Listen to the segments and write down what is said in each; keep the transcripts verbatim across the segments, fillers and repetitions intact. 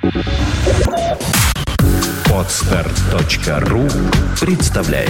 Подстер точка ру представляет.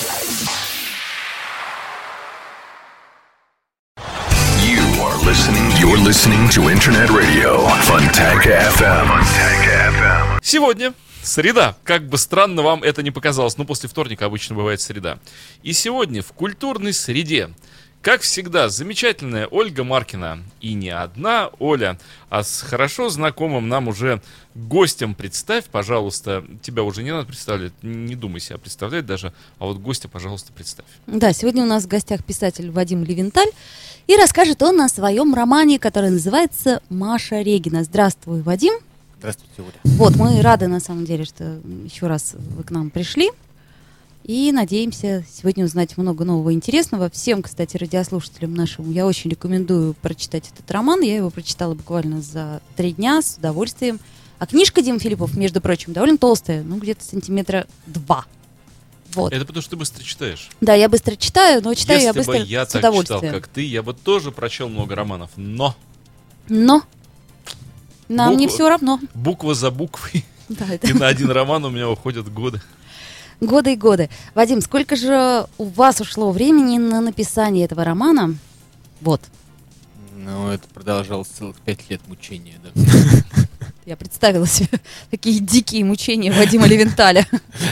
You are listening. You're listening to Internet Radio Fontanka эф эм. Fontanka эф эм. Сегодня среда. Как бы странно вам это ни показалось, но после вторника обычно бывает среда. И сегодня в культурной среде, как всегда, замечательная Ольга Маркина. И не одна Оля, а с хорошо знакомым нам уже гостем. Представь, пожалуйста, тебя уже не надо представлять, не думай себя представлять даже, а вот гостя, пожалуйста, представь. Да, сегодня у нас в гостях писатель Вадим Левенталь, и расскажет он о своем романе, который называется «Маша Регина». Здравствуй, Вадим. Здравствуйте, Оля. Вот, мы рады, на самом деле, что еще раз вы к нам пришли. И надеемся сегодня узнать много нового и интересного. Всем, кстати, радиослушателям нашим я очень рекомендую прочитать этот роман. Я его прочитала буквально за три дня с удовольствием. А книжка Димы Филиппов, между прочим, довольно толстая, ну, где-то сантиметра два. Вот. Это потому, что ты быстро читаешь. Да, я быстро читаю, но читаю Если я быстро бы я с так удовольствием. читал, как ты, я бы тоже прочел много романов. Но Но нам Буква- не все равно. буква за буквой, Да, и это на один роман у меня уходят годы. годы и годы. Вадим, сколько же у вас ушло времени на написание этого романа? Вот, Ну, это продолжалось целых пять лет мучения, да. я представила себе такие дикие мучения Вадима Левенталя.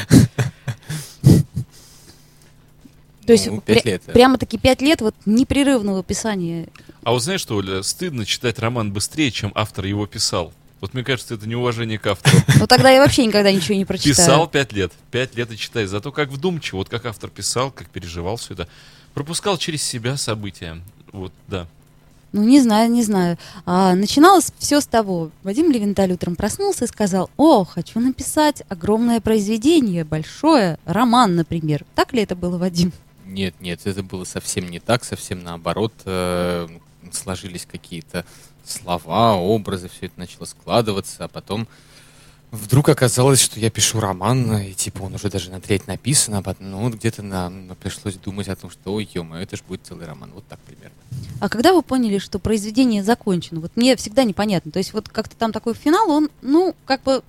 То есть Ну, пять пря- лет, да. прямо-таки пять лет вот непрерывного писания. А вот знаешь что, Оля, стыдно читать роман быстрее, чем автор его писал. Вот мне кажется, это неуважение к автору. Ну тогда я вообще никогда ничего не прочитаю. Писал пять лет, пять лет и читай. Зато как вдумчиво, вот как автор писал, как переживал все это. Пропускал через себя события. Вот, да. Ну, не знаю, не знаю. А, начиналось все с того. Вадим Левенталь утром проснулся и сказал: о, хочу написать огромное произведение, большое, роман, например. Так ли это было, Вадим? Нет, нет, это было совсем не так, совсем наоборот. Э, Сложились какие-то слова, образы, все это начало складываться, а потом вдруг оказалось, что я пишу роман, и типа он уже даже на треть написан, а потом, ну, вот где-то нам пришлось думать о том, что, ой, ё-моё, это же будет целый роман. Вот так примерно. А когда вы поняли, что произведение закончено? Вот мне всегда непонятно. То есть вот как-то там такой финал, он, ну, как бы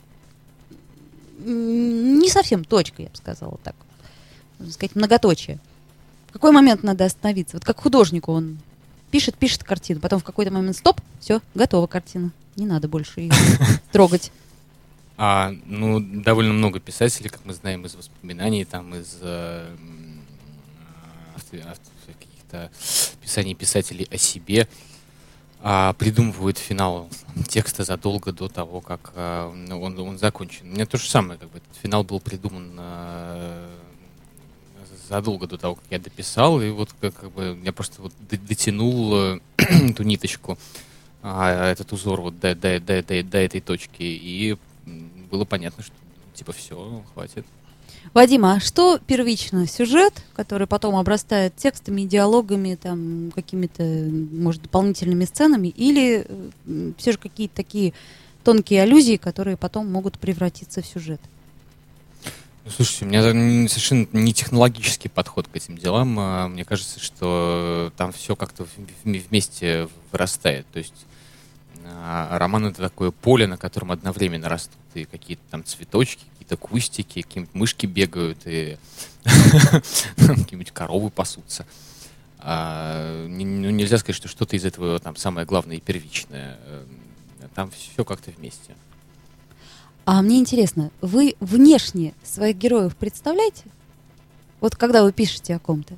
м, не совсем точка, я бы сказала так. Можно сказать, многоточие. В какой момент надо остановиться? Вот как художнику он пишет, пишет картину, потом в какой-то момент стоп, все, готова картина. Не надо больше ее трогать. А, ну, довольно много писателей, как мы знаем из воспоминаний, там, из э, м, авто- авто- каких-то писаний писателей о себе, а, придумывают финал текста задолго до того, как а, ну, он, он закончен. У меня то же самое, как бы, этот финал был придуман а, задолго до того, как я дописал, и вот как, как бы я просто вот д- дотянул э, эту ниточку, а, этот узор вот до, до, до, до, до этой точки, и м, было понятно, что типа все, хватит. Вадим, а что первично? Сюжет, который потом обрастает текстами, диалогами, там, какими-то, может, дополнительными сценами, или все же какие-то такие тонкие аллюзии, которые потом могут превратиться в сюжет? Ну, слушайте, у меня м, совершенно не технологический подход к этим делам. А, Мне кажется, что там все как-то в- в- вместе вырастает. То есть а, роман — это такое поле, на котором одновременно растут и какие-то там цветочки, какие-то кустики, какие-нибудь мышки бегают, и какие-нибудь коровы пасутся. А, не- ну, нельзя сказать, что что-то из этого там самое главное и первичное. Э, Там все как-то вместе. А мне интересно, вы внешне своих героев представляете? Вот когда вы пишете о ком-то.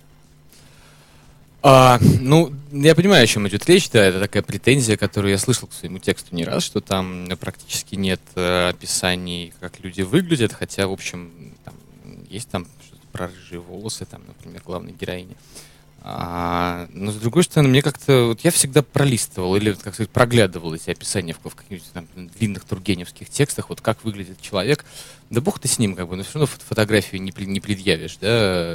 А, ну, я понимаю, о чем идет речь, да, это такая претензия, которую я слышал к своему тексту не раз, что там практически нет э, описаний, как люди выглядят, хотя, в общем, там, есть там что-то про рыжие волосы, там, например, главной героини. А, но, с другой стороны, мне как-то, вот я всегда пролистывал или, как сказать, проглядывал эти описания в, в каких-то там длинных тургеневских текстах, вот как выглядит человек, да бог ты с ним, как бы, но все равно фото- фотографию не, при- не предъявишь, да.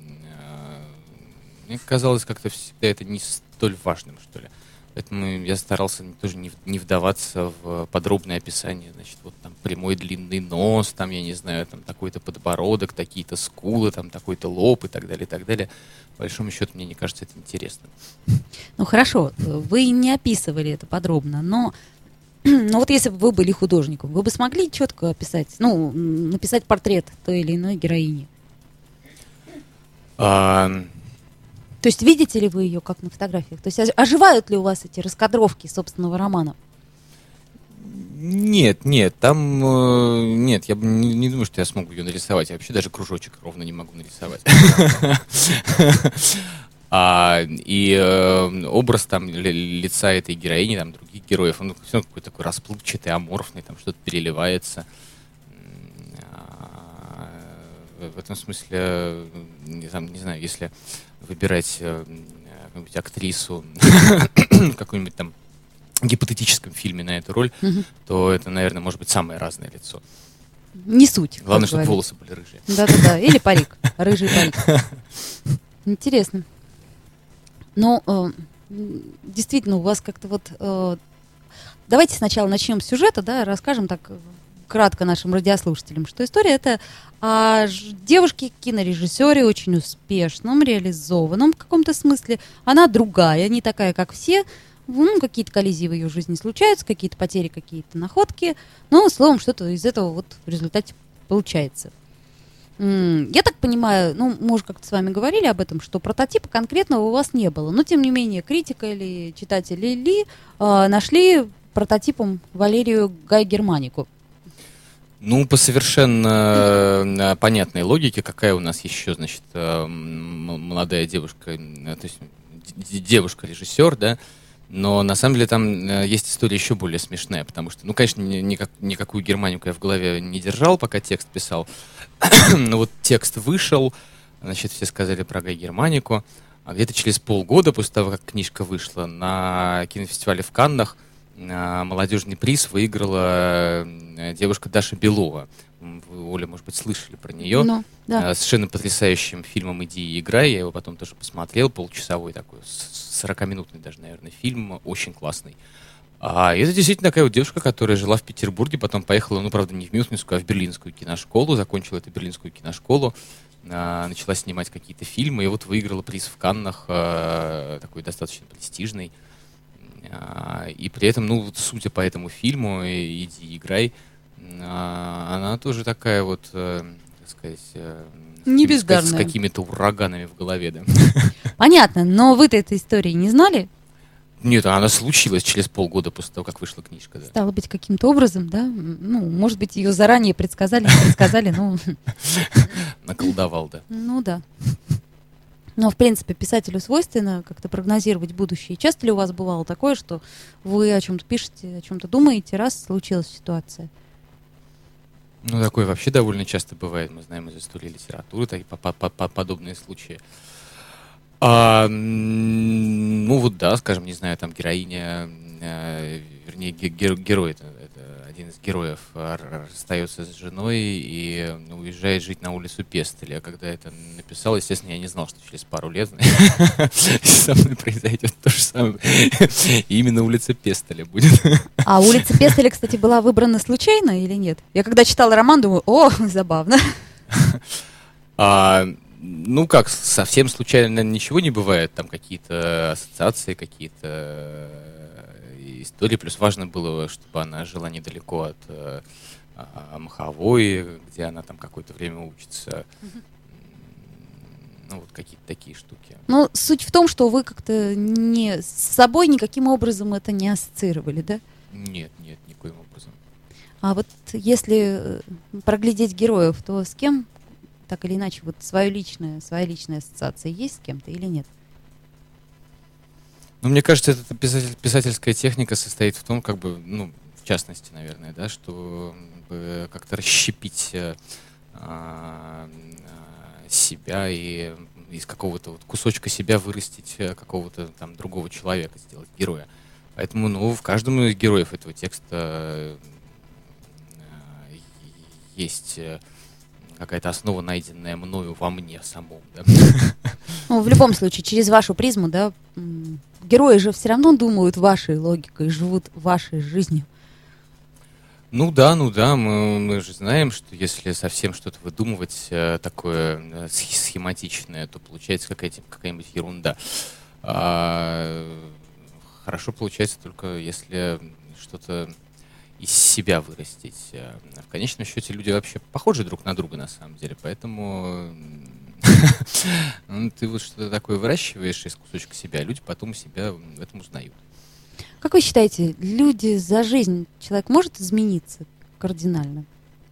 Мне казалось, как-то всегда это не столь важным, что ли. Поэтому я старался тоже не, не вдаваться в подробное описание. Значит, вот там прямой длинный нос, там, я не знаю, там такой-то подбородок, такие-то скулы, там такой-то лоб и так далее, и так далее. По большому счету, мне не кажется это интересным. Ну хорошо, вы не описывали это подробно, но Но вот если бы вы были художником, вы бы смогли четко описать, ну, м, написать портрет той или иной героини? А, То есть видите ли вы ее как на фотографиях? То есть ож- оживают ли у вас эти раскадровки собственного романа? Нет, нет, там э, нет, я бы не, не думаю, что я смогу ее нарисовать. Я вообще даже кружочек ровно не могу нарисовать. А, и э, образ там ли- лица этой героини, там других героев, он все какой-то такой расплывчатый, аморфный, там что-то переливается. М, а, В этом смысле, не знаю, не знаю, если выбирать э, какую-нибудь актрису в каком-нибудь там гипотетическом фильме на эту роль, Мгм. то это, наверное, может быть самое разное лицо. Не суть. как Главное, чтобы говорится. волосы были рыжие. Да-да-да, или парик, рыжий парик. Интересно. Ну, э, м, действительно, у вас как-то вот... э, давайте сначала начнем с сюжета, да, расскажем так э, кратко нашим радиослушателям, что история это о ж- девушке-кинорежиссере, очень успешном, реализованном в каком-то смысле. Она другая, не такая, как все. Ну, какие-то коллизии в ее жизни случаются, какие-то потери, какие-то находки. Ну, словом, что-то из этого вот в результате получается. М, Я так понимаю, ну, мы уже как-то с вами говорили об этом, что прототипа конкретного у вас не было. Но, тем не менее, критика или читатели Ли а, нашли прототипом Валерию Гай Германику. Ну, по совершенно э, понятной логике, какая у нас еще, значит, э, м- молодая девушка, э, то есть д- девушка-режиссер, да, но на самом деле там э, есть история еще более смешная, потому что, ну, конечно, ни- никак- никакую германику я в голове не держал, пока текст писал, но вот текст вышел, значит, все сказали про Гай Германику, а где-то через полгода после того, как книжка вышла, на кинофестивале в Каннах а, молодежный приз выиграла э, девушка Даша Белова. М, Вы, Оля, может быть, слышали про нее. Ну, да. А, Совершенно потрясающим фильмом «Иди и играй». Я его потом тоже посмотрел. Полчасовой такой, с- сорокаминутный даже, наверное, фильм. Очень классный. А это действительно такая вот девушка, которая жила в Петербурге, потом поехала, ну, правда, не в Мюнхенскую, а в Берлинскую киношколу, закончила эту берлинскую киношколу, а, начала снимать какие-то фильмы, и вот выиграла приз в Каннах, а, такой достаточно престижный. А, И при этом, ну, вот судя по этому фильму э, «Иди играй», а, она тоже такая вот, э, так сказать, э, с Не какими- с ка- с бездарная. какими-то ураганами в голове, да. Понятно, но вы-то этой истории не знали? Нет, она случилась через полгода после того, как вышла книжка, да. Стало быть, каким-то образом, да? М, Ну, может быть, ее заранее предсказали, не предсказали, ну, Наколдовал, да. ну да. Но, в принципе, писателю свойственно как-то прогнозировать будущее. Часто ли у вас бывало такое, что вы о чем-то пишете, о чем-то думаете, раз случилась ситуация? Ну, такое вообще довольно часто бывает. Мы знаем из истории литературы такие по- по- по- подобные случаи. А, м, ну вот да, скажем, не знаю, там героиня, э, вернее, ге- гер- герой, это, это один из героев, э, р- расстается с женой и э, уезжает жить на улицу Пестеля. Когда это написал, естественно, я не знал, что через пару лет со мной произойдет то же самое. И именно улица Пестеля будет. А улица Пестеля, кстати, была выбрана случайно или нет? Я когда читала роман, думаю, о, забавно. А, ну как, совсем случайно, наверное, ничего не бывает. Там какие-то ассоциации, какие-то э, истории. Плюс важно было, чтобы она жила недалеко от э, а, Маховой, где она там какое-то время учится. М, Ну, вот какие-то такие штуки. Ну, суть в том, что вы как-то не с собой никаким образом это не ассоциировали, да? Нет, нет, никоим образом. А вот если э, проглядеть героев, то с кем, так или иначе, вот свое личное, своя личная ассоциация есть с кем-то или нет? Ну, мне кажется, эта писатель- писательская техника состоит в том, как бы, ну, в частности, наверное, да, что э, как-то расщепить э, а, а, себя и из какого-то вот кусочка себя вырастить э, какого-то там другого человека, сделать героя. Поэтому, ну, в каждом из героев этого текста э, э, есть э, какая-то основа, найденная мною во мне самом, да. Ну, в любом случае, через вашу призму, да, м, герои же все равно думают вашей логикой, живут вашей жизнью. Ну да, ну да, мы, мы же знаем, что если совсем что-то выдумывать э, такое э, сх- схематичное, то получается какая-то, какая-нибудь ерунда. А, хорошо получается только если что-то из себя вырастить. А в конечном счете люди вообще похожи друг на друга на самом деле, поэтому ну, ты вот что-то такое выращиваешь из кусочка себя, а люди потом себя в этом узнают. Как вы считаете, люди за жизнь, человек может измениться кардинально?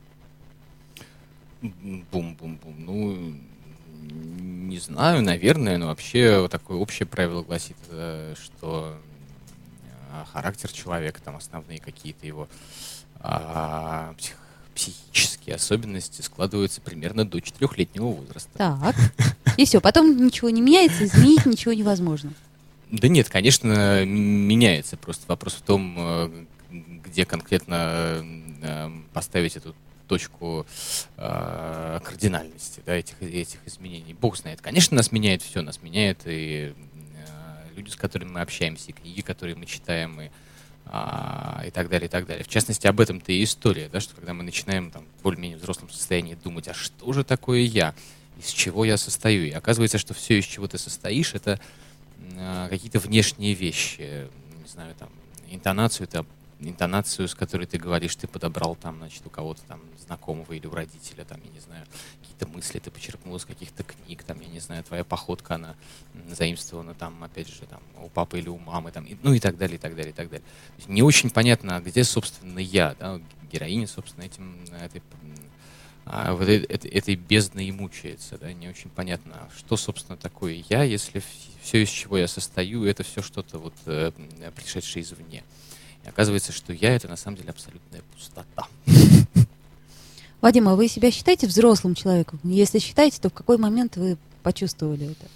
Бум-бум-бум. Ну, не знаю, наверное, но вообще вот такое общее правило гласит, что характер человека, там основные какие-то его а, псих, психические особенности складываются примерно до четырехлетнего возраста. Так. И все, потом ничего не меняется, изменить ничего невозможно. Да нет, конечно, меняется. Просто вопрос в том, где конкретно поставить эту точку э, кардинальности, да, этих, этих изменений. Бог знает. Конечно, нас меняет все. Нас меняет и э, люди, с которыми мы общаемся, и книги, которые мы читаем, и, э, и так далее, и так далее. В частности, об этом-то и история, да, что когда мы начинаем там, в более-менее взрослом состоянии думать, а что же такое я, из чего я состою? И оказывается, что все, из чего ты состоишь, это э, какие-то внешние вещи. Не знаю, там, интонацию ты интонацию, с которой ты говоришь, ты подобрал там, значит, у кого-то там знакомого или у родителя, там, я не знаю, какие-то мысли ты почерпнул из каких-то книг, там, я не знаю, твоя походка, она заимствована там, опять же, там, у папы или у мамы, там, и, ну и так далее, и так далее, и так далее. То есть не очень понятно, где, собственно, я, да, героиня, собственно, этим, этой, а, вот этой, этой бездной и мучается, да, не очень понятно, что, собственно, такое я, если все, из чего я состою, это все что-то вот э, пришедшее извне. И оказывается, что я — это на самом деле абсолютная пустота. Вадим, а вы себя считаете взрослым человеком? Если считаете, то в какой момент вы почувствовали это?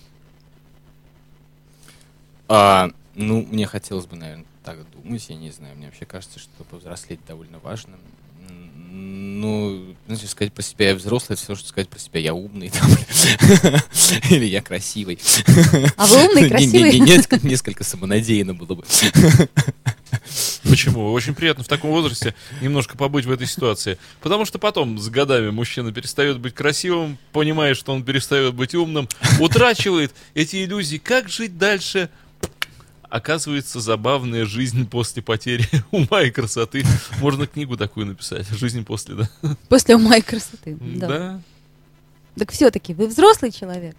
А, ну, мне хотелось бы, наверное, так думать, я не знаю. Мне вообще кажется, что повзрослеть довольно важно. Ну, значит, сказать про себя я взрослый, это все, что сказать про себя я умный, там, или я красивый. А вы умный, красивый? Несколько, несколько самонадеянно было бы. Почему? Очень приятно в таком возрасте немножко побыть в этой ситуации. Потому что потом с годами мужчина перестает быть красивым, понимает, что он перестает быть умным, утрачивает эти иллюзии. Как жить дальше? Оказывается, забавная жизнь после потери ума и красоты. Можно книгу такую написать. Жизнь после, да? После ума и красоты, да. Да. Так все-таки вы взрослый человек?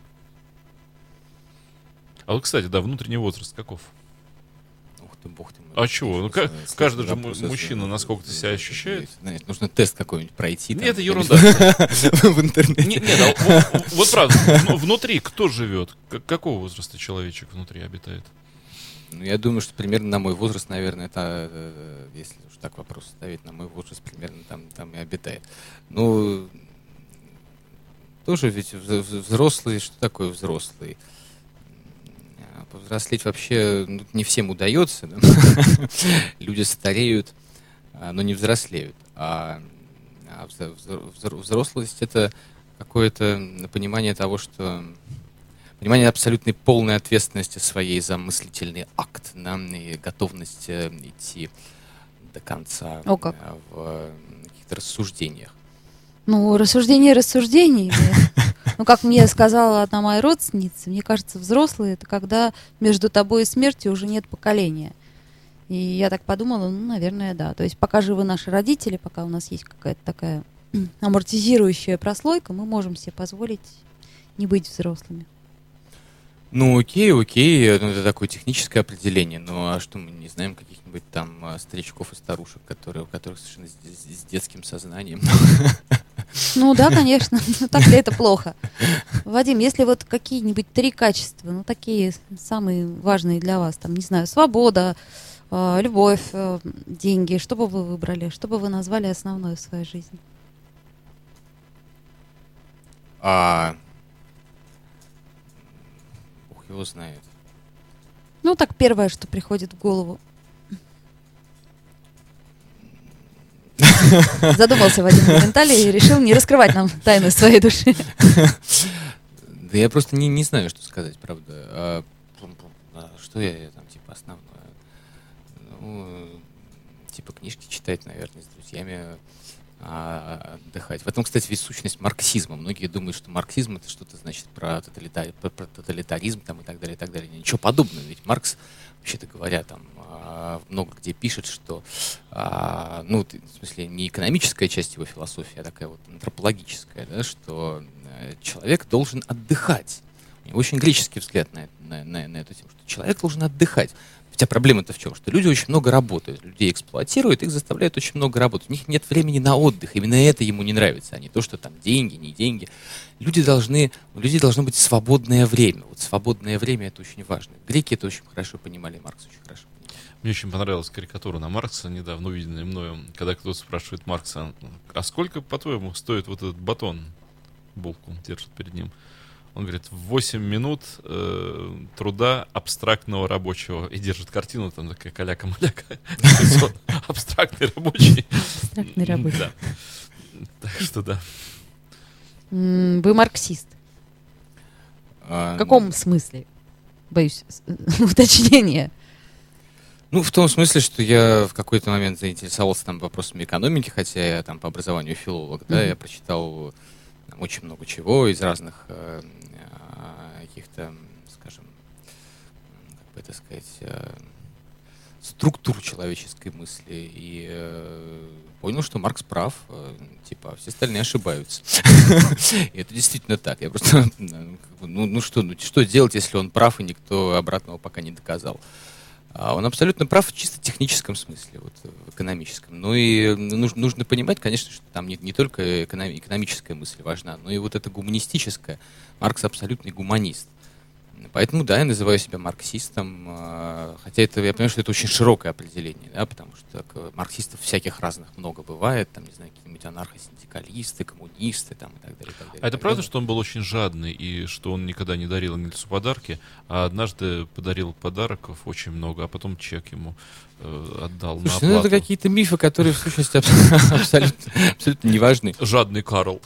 А вот, кстати, да, внутренний возраст каков? Ух ты, бог ты мой. А чего? Ну, как, каждый же му- мужчина, насколько ты себя ощущает? Знаешь, нужно тест какой-нибудь пройти. Нет, там, это ерунда. В интернете. Нет, нет, а вот, вот правда, ну, внутри кто живет? К- какого возраста человечек внутри обитает? Ну, я думаю, что примерно на мой возраст, наверное, это, э, если уж так вопрос ставить, на мой возраст примерно там, там и обитает. Ну, тоже ведь взрослый, что такое взрослый? Повзрослеть вообще ну, не всем удается. Да? Люди стареют, но не взрослеют. А, а взрослость — это какое-то понимание того, что понимание абсолютной полной ответственности своей за мыслительный акт, да, и готовность идти до конца О, как? в каких-то рассуждениях. Ну, рассуждение рассуждений. Ну, как мне сказала одна моя родственница, мне кажется, взрослые — это когда между тобой и смертью уже нет поколения. И я так подумала, ну, наверное, да. То есть пока живы наши родители, пока у нас есть какая-то такая амортизирующая прослойка, мы можем себе позволить не быть взрослыми. Ну, окей, окей, ну, это такое техническое определение, ну, а что мы не знаем каких-нибудь там старичков и старушек, которые, у которых совершенно с, с детским сознанием? Ну да, конечно, так ли это плохо? Вадим, если вот какие-нибудь три качества, ну, такие самые важные для вас, там, не знаю, свобода, э, любовь, э, деньги, что бы вы выбрали, что бы вы назвали основной в своей жизни? А... Его знает. Ну, так первое, что приходит в голову. Задумался Вадим моментально и решил не раскрывать нам тайну своей души. Да я просто не, не знаю, что сказать, правда. А, что я там, типа, основное? Ну, типа, книжки читать, наверное, с друзьями а, отдыхать. В этом, кстати, весь сущность марксизма. Многие думают, что марксизм это что-то значит про, тоталитар, про, про тоталитаризм там, и так далее, и так далее. Ничего подобного. Ведь Маркс, вообще-то говоря, там а, много где пишет, что а, ну, в смысле, не экономическая часть его философии, а такая вот антропологическая, да, что человек должен отдыхать. У него очень греческий взгляд на, на, на, на эту тему, что человек должен отдыхать. Хотя проблема-то в чем? Что люди очень много работают, людей эксплуатируют, их заставляют очень много работать. У них нет времени на отдых. Именно это ему не нравится, а не то, что там деньги, не деньги. Люди должны, у людей должно быть свободное время. Вот свободное время — это очень важно. Греки это очень хорошо понимали, Маркс очень хорошо понимал. Мне очень понравилась карикатура на Маркса, недавно увиденная мною, когда кто-то спрашивает Маркса: а сколько, по-твоему, стоит вот этот батон? Булку держит перед ним. Он говорит: восемь минут э, труда абстрактного рабочего. И держит картину, там такая каляка-маляка. Абстрактный рабочий. Абстрактный рабочий. Да. Так что да. Вы марксист. А, В каком смысле? Боюсь уточнения. Ну, в том смысле, что я в какой-то момент заинтересовался там вопросами экономики, хотя я там по образованию филолог, да, я прочитал там очень много чего из разных э, каких-то, скажем, как бы это сказать, э, структур человеческой мысли и э, понял, что Маркс прав, э, типа, а все остальные ошибаются. И это действительно так. Я просто, ну, ну что, ну что делать, если он прав и никто обратного пока не доказал? А он абсолютно прав в чисто техническом смысле, вот, в экономическом. Ну и нужно, нужно понимать, конечно, что там не, не только экономи- экономическая мысль важна, но и вот эта гуманистическая. Маркс абсолютный гуманист. Поэтому, да, я называю себя марксистом, хотя это, я понимаю, что это очень широкое определение, да, потому что марксистов всяких разных много бывает, там, не знаю, какие-нибудь анархосиндикалисты, коммунисты, там, и так далее. И так далее А это правда, что он был очень жадный, и что он никогда не дарил Энгельсу подарки, а однажды подарил подарков очень много, а потом чек ему э, отдал? Слушайте, на ну оплату? это какие-то мифы, которые в сущности абсолютно, абсолютно не важны. Жадный Карл.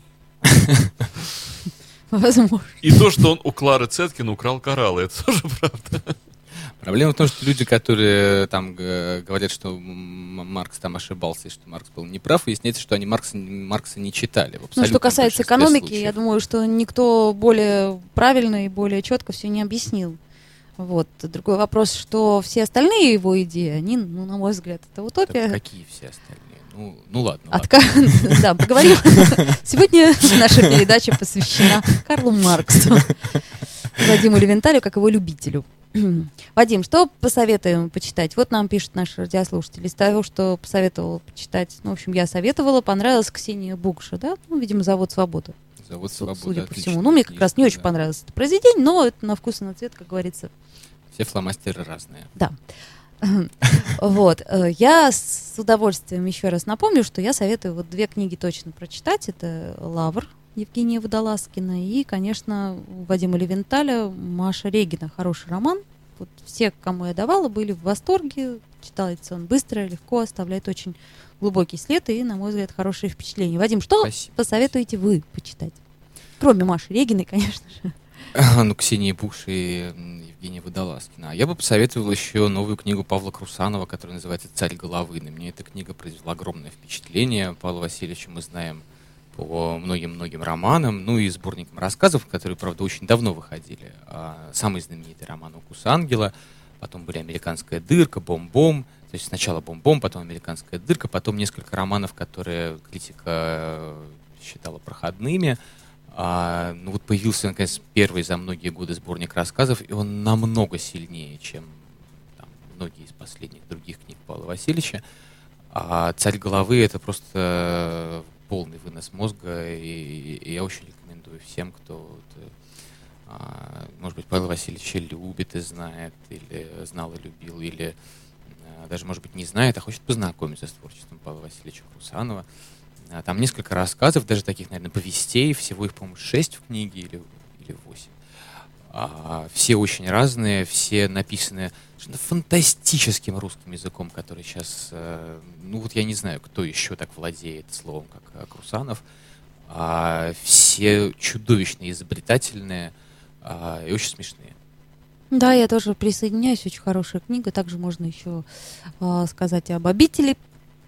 Возможно. И то, что он у Клары Цеткин украл кораллы, это тоже правда. Проблема в том, что люди, которые там г- говорят, что М- Маркс там ошибался, и что Маркс был неправ, выясняется, что они Маркса, Маркса не читали. В Ну, что касается большинстве экономики, случаев. я думаю, что никто более правильно и более четко все не объяснил. Вот. Другой вопрос, что все остальные его идеи, они, ну, на мой взгляд, это Так утопия. какие все остальные? Ну, ну ладно, ладно. Отка- Да, поговорим. Сегодня наша передача посвящена Карлу Марксу, Вадиму Левенталю, как его любителю. Вадим, что посоветуем почитать? Вот нам пишут наши радиослушатели. Из того, что посоветовала почитать, ну, в общем, я советовала, понравилась Ксения Букша, да? Ну, видимо, «Завод свободы», Завод су- свободы. судя по отличная всему. Ну, мне как раз не книжка, очень да. понравилось это произведение, но это на вкус и на цвет, как говорится. Все фломастеры разные. Да. Вот. э, Я с удовольствием еще раз напомню, что я советую вот две книги точно прочитать. Это «Лавр» Евгения Водолазкина и, конечно, Вадима Левенталя «Маша Регина». Хороший роман. Вот все, кому я давала, были в восторге. Читается он быстро, легко, оставляет очень глубокий след и, на мой взгляд, хорошие впечатления. Вадим, что Спасибо. посоветуете вы почитать? Кроме Маши Региной, конечно же. Ну, Ксении Букш и м, Евгения Водолазкина. А я бы посоветовал еще новую книгу Павла Крусанова, которая называется «Царь головы». На меня эта книга произвела огромное впечатление. Павла Васильевича мы знаем по многим-многим романам, ну и сборникам рассказов, которые, правда, очень давно выходили. А самый знаменитый роман «Укус ангела», потом были «Американская дырка», «Бом-бом». То есть сначала «Бом-бом», потом «Американская дырка», потом несколько романов, которые критика считала проходными. А, ну вот появился, наконец, первый за многие годы сборник рассказов, и он намного сильнее, чем там, многие из последних других книг Павла Васильевича. А «Царь головы» — это просто полный вынос мозга, и, и я очень рекомендую всем, кто, вот, а, может быть, Павла Васильевича любит и знает, или знал и любил, или а, даже, может быть, не знает, а хочет познакомиться с творчеством Павла Васильевича Крусанова. Там несколько рассказов, даже таких, наверное, повестей, всего их, по-моему, шесть в книге или, или восемь. А, все очень разные, все написаны фантастическим русским языком, который сейчас, э, ну вот я не знаю, кто еще так владеет словом, как э, Крусанов. А, все чудовищно изобретательные а, и очень смешные. Да, я тоже присоединяюсь, очень хорошая книга. Также можно еще э, сказать об «Обители».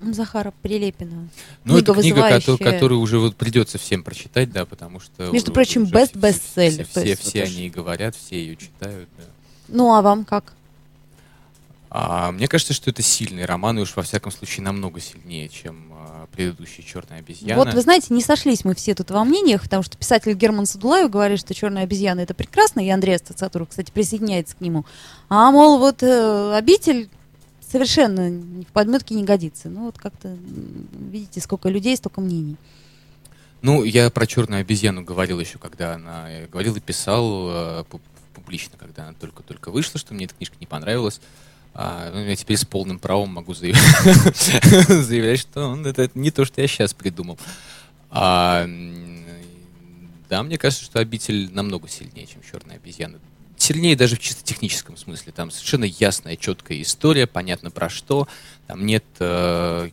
Захара Прилепина. Ну, это книга, вызывающая. которую, которую уже вот придется всем прочитать, да, потому что... Между уже прочим, все- бест-бестселлер. Все, То есть все, все вот они и говорят, все ее читают, да. Ну, а вам как? А, мне кажется, что это сильный роман, и уж во всяком случае намного сильнее, чем а, предыдущий «Черная обезьяна». Вот, вы знаете, не сошлись мы все тут во мнениях, потому что писатель Герман Садулаев говорит, что «Черная обезьяна» — это прекрасно, и Андрей Астацатур, кстати, присоединяется к нему. А, мол, вот э, «Обитель» совершенно в подметке не годится. Ну, вот как-то, м, видите, сколько людей, столько мнений. Ну, я про «Черную обезьяну» говорил еще, когда она... Я говорил и писал э, пу- публично, когда она только-только вышла, что мне эта книжка не понравилась. А, ну, я теперь с полным правом могу заявлять, заявлять, что он, это, это не то, что я сейчас придумал. А, м, да, мне кажется, что «Обитель» намного сильнее, чем «Черная обезьяна». Сильнее даже в чисто техническом смысле. Там совершенно ясная, четкая история, понятно про что. Там нет э,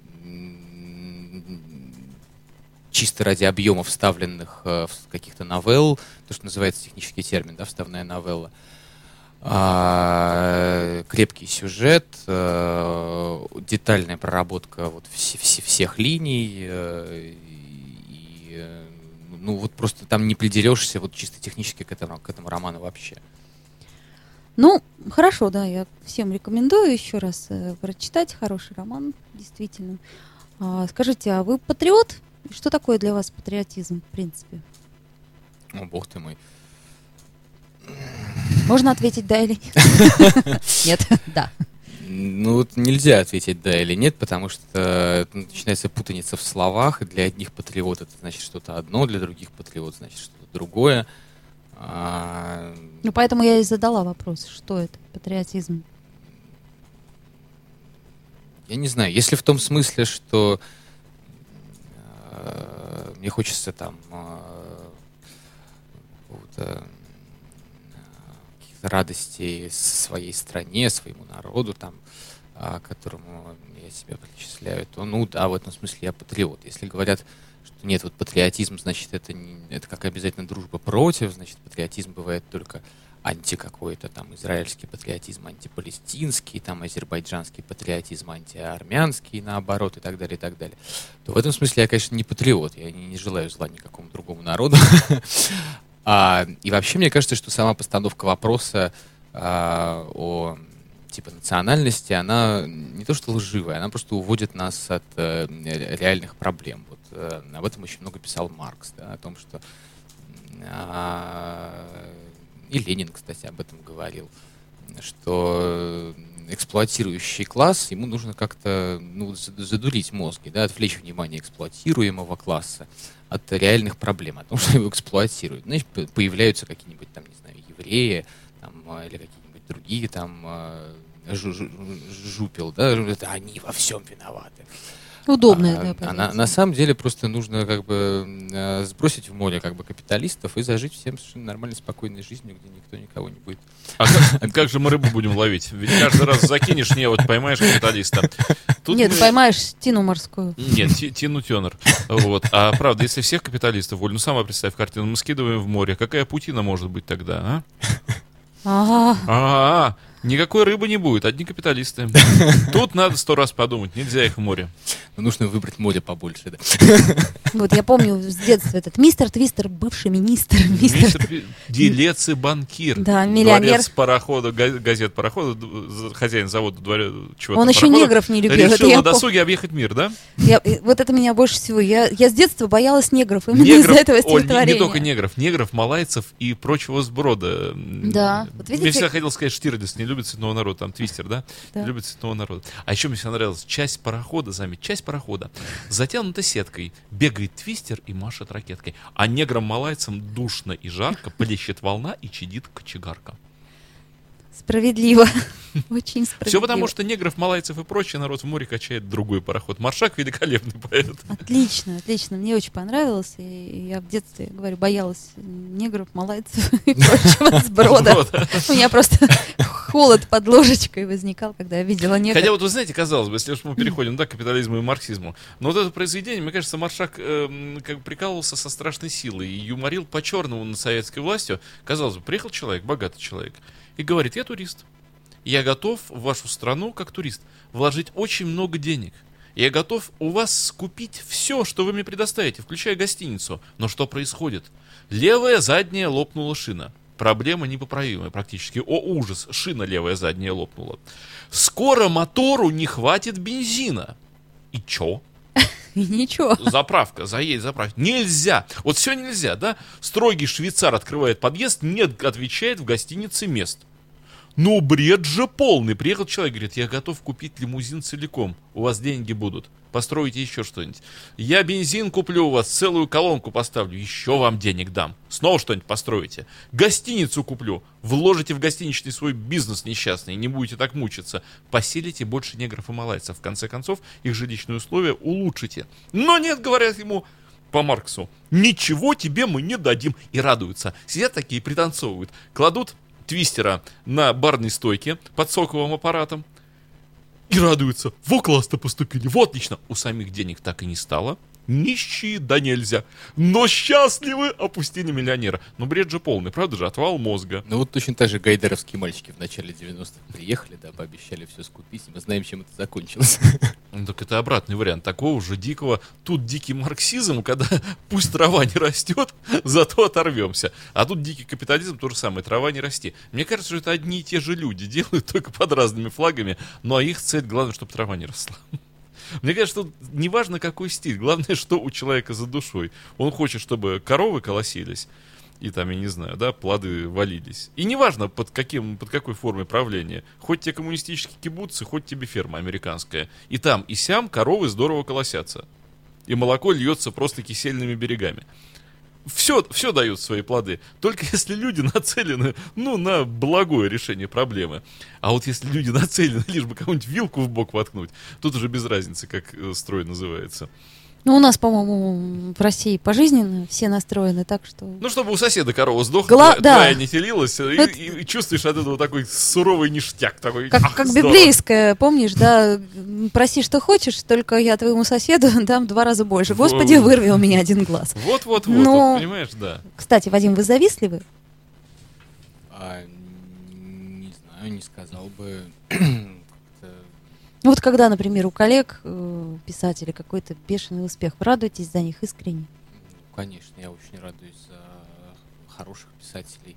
м, чисто ради объема вставленных э, в каких-то новелл, то, что называется технический термин, да, вставная новелла. А, крепкий сюжет, э, детальная проработка вот все, все, всех линий, э, и, э, ну вот просто там не придерешься вот чисто технически к этому, к этому роману вообще. Ну, хорошо, да, я всем рекомендую еще раз э, прочитать. Хороший роман, действительно. А, скажите, а вы патриот? Что такое для вас патриотизм, в принципе? О, бог ты мой. Можно ответить «да» или нет? Нет, да. Ну, вот нельзя ответить «да» или «нет», потому что начинается путаница в словах, и для одних патриот это значит что-то одно, для других патриот значит что-то другое. А, Ну, поэтому я и задала вопрос, что это патриотизм? Я не знаю, если в том смысле, что э, мне хочется там э, какого-то, каких-то радостей своей стране, своему народу, там, э, которому я себя причисляю, то, ну да, в этом смысле я патриот. Если говорят, что нет, вот патриотизм, значит, это, не, это как обязательно дружба против, значит, патриотизм бывает только анти какой-то, там, израильский патриотизм, антипалестинский, там, азербайджанский патриотизм, антиармянский, наоборот, и так далее, и так далее. То в этом смысле я, конечно, не патриот, я не, не желаю зла никакому другому народу. а, и вообще, мне кажется, что сама постановка вопроса а, о, типа, национальности, она не то что лживая, она просто уводит нас от а, реальных проблем. Вот а, об этом очень много писал Маркс, да, о том, что а, и Ленин, кстати, об этом говорил, что эксплуатирующий класс, ему нужно как-то, ну, задурить мозги, да, отвлечь внимание эксплуатируемого класса от реальных проблем, о том, что его эксплуатируют. Значит, появляются какие-нибудь там, не знаю, евреи там, или какие-нибудь другие там жу- жу- жупел, да, это они во всем виноваты. Удобная, а, да, а на, на самом деле просто нужно как бы э, сбросить в море как бы капиталистов и зажить всем совершенно нормальной, спокойной жизнью, где никто никого не будет. А как, как же мы рыбу будем ловить? Ведь каждый раз закинешь, не, вот поймаешь капиталиста. Тут Нет, мы- поймаешь Тину морскую. Нет, Ти- Тину Тернер. Вот. А правда, если всех капиталистов, Оль, ну сама представь картину, мы скидываем в море, какая путина может быть тогда, а? Ага. А, никакой рыбы не будет, одни капиталисты. Тут надо сто раз подумать, нельзя их в море. Но нужно выбрать море побольше, да. Вот я помню с детства этот мистер Твистер, бывший министр, мистер. Мистер Пи- Делец и банкир. Да, миллионер. Дворец парохода, га- газет парохода, д- за- хозяин завода, дворе, чего Он там, еще парохода, негров не любил. это решил я на пом- досуге объехать мир, да? я- и вот это меня больше всего. Я, я с детства боялась негров. Именно Негров, из-за этого Оль, не, стихотворения. не только негров, негров, малайцев и прочего сброда. Да, вот Мне видите- всегда хотел сказать, Штирлиц не любит цветного народа, там Твистер, да? Да. Не любит цветного народа. А еще мне всегда нравилась часть парохода, заметь, часть парохода, затянута сеткой, бегает Твистер и машет ракеткой, а неграм-малайцам душно и жарко, плещет волна и чадит кочегарка. Справедливо. Очень справедливо. Все потому, что негров, малайцев и прочий народ в море качает другой пароход. Маршак великолепный поэт. Отлично, отлично. Мне очень понравилось. И я в детстве, говорю, боялась негров, малайцев и прочего сброда. Вот. У меня просто холод под ложечкой возникал, когда я видела негров. Хотя вот вы знаете, казалось бы, если уж мы переходим, да, к капитализму и марксизму, но вот это произведение, мне кажется, Маршак эм, как бы прикалывался со страшной силой и юморил по-черному над советской властью. Казалось бы, приехал человек, богатый человек, и говорит: я турист, я готов в вашу страну, как турист, вложить очень много денег. Я готов у вас скупить все, что вы мне предоставите, включая гостиницу. Но что происходит? Левая задняя лопнула шина. Проблема непоправимая практически. О, ужас, шина левая задняя лопнула. Скоро мотору не хватит бензина. И чё? Ничего. Заправка, заедь, заправь. Нельзя. Вот все нельзя, да? Строгий швейцар открывает подъезд, нет, отвечает в гостинице мест. Ну, бред же полный. Приехал человек, говорит, я готов купить лимузин целиком. У вас деньги будут. Построите еще что-нибудь. Я бензин куплю у вас, целую колонку поставлю. Еще вам денег дам. Снова что-нибудь построите. Гостиницу куплю. Вложите в гостиничный свой бизнес несчастный. Не будете так мучиться. Поселите больше негров и малайцев. В конце концов, их жилищные условия улучшите. Но нет, говорят ему по Марксу, ничего тебе мы не дадим. И радуются. Сидят такие, пританцовывают. Кладут твистера на барной стойке под соковым аппаратом и радуются. Во, классно поступили, вот отлично. У самих денег так и не стало. Нищие да нельзя. Но счастливы, опустили миллионера. Ну, бред же полный, правда же? Отвал мозга. Ну вот точно так же гайдаровские мальчики в начале девяностых приехали, да, пообещали все скупить. Мы знаем, чем это закончилось. Ну, так это обратный вариант такого же дикого. Тут дикий марксизм, когда пусть трава не растет, зато оторвемся. А тут дикий капитализм, то же самое, трава не расти. Мне кажется, что это одни и те же люди делают, только под разными флагами. Ну, а их цель, главное, чтобы трава не росла. Мне кажется, что неважно какой стиль, главное, что у человека за душой. Он хочет, чтобы коровы колосились, и там, я не знаю, да, плоды валились. И неважно, под, каким, под какой формой правления. Хоть тебе коммунистические кибуцы, хоть тебе ферма американская. И там, и сям коровы здорово колосятся. И молоко льется просто кисельными берегами. Все, все дают свои плоды. Только если люди нацелены, ну, на благое решение проблемы. А вот если люди нацелены лишь бы кому-нибудь вилку в бок воткнуть, тут уже без разницы, как э, строй называется. Ну, у нас, по-моему, в России пожизненно все настроены так, что... Ну, чтобы у соседа корова сдохла, Гла- твоя, да. твоя не телилась, и, Это- и- и чувствуешь от этого такой суровый ништяк. Такой, Как, ах, как здорово. библейское, помнишь, да? Проси, что хочешь, только я твоему соседу дам в два раза больше. Господи, Во- вырви у меня один глаз. Вот-вот-вот, Но- вот, понимаешь, да. Кстати, Вадим, вы завистливы? А, не знаю, не сказал бы. Ну вот когда, например, у коллег, э, писателей, какой-то бешеный успех, вы радуетесь за них искренне? Ну, конечно, я очень радуюсь за хороших писателей,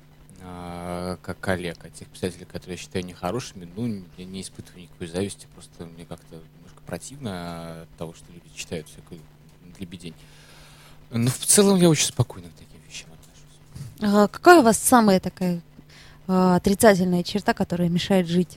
а, как коллег. А тех писателей, которые я считаю нехорошими, ну, я не испытываю никакой зависти, просто мне как-то немножко противно от того, что люди читают всякую дребедень. Но в целом я очень спокойно к таким вещам отношусь. А какая у вас самая такая а, отрицательная черта, которая мешает жить?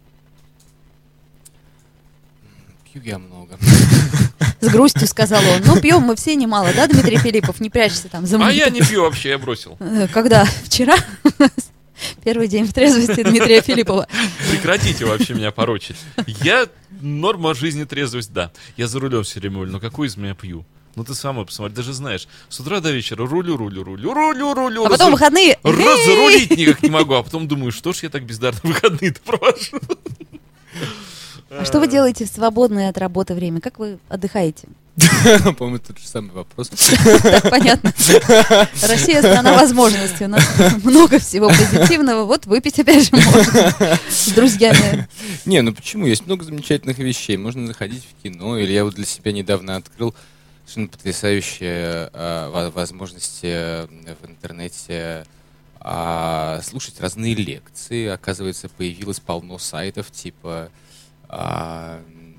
Пью я много. С грустью сказал он. Ну, пьем мы все немало, да, Дмитрий Филиппов? Не прячься там за А мной. я не пью вообще, я бросил. Э, Когда? Вчера? Первый день в трезвости Дмитрия Филиппова. Прекратите вообще меня порочить. Я норма жизни, трезвость, да. Я за рулем все время, Оль, но какой из меня пью? Ну ты сама посмотри, даже знаешь, с утра до вечера рулю, рулю, рулю, рулю, рулю. А потом разру- выходные. Разрулить никак не могу, а потом думаю, что ж я так бездарно выходные-то провожу. А что вы делаете в свободное от работы время? Как вы отдыхаете? По-моему, тот же самый вопрос. Так, понятно. Россия — страна возможностей. У нас много всего позитивного. Вот выпить опять же можно с друзьями. Не, ну почему? Есть много замечательных вещей. Можно заходить в кино. Или я вот для себя недавно открыл совершенно потрясающие а, во- возможности э, в интернете а, слушать разные лекции. Оказывается, появилось полно сайтов типа а,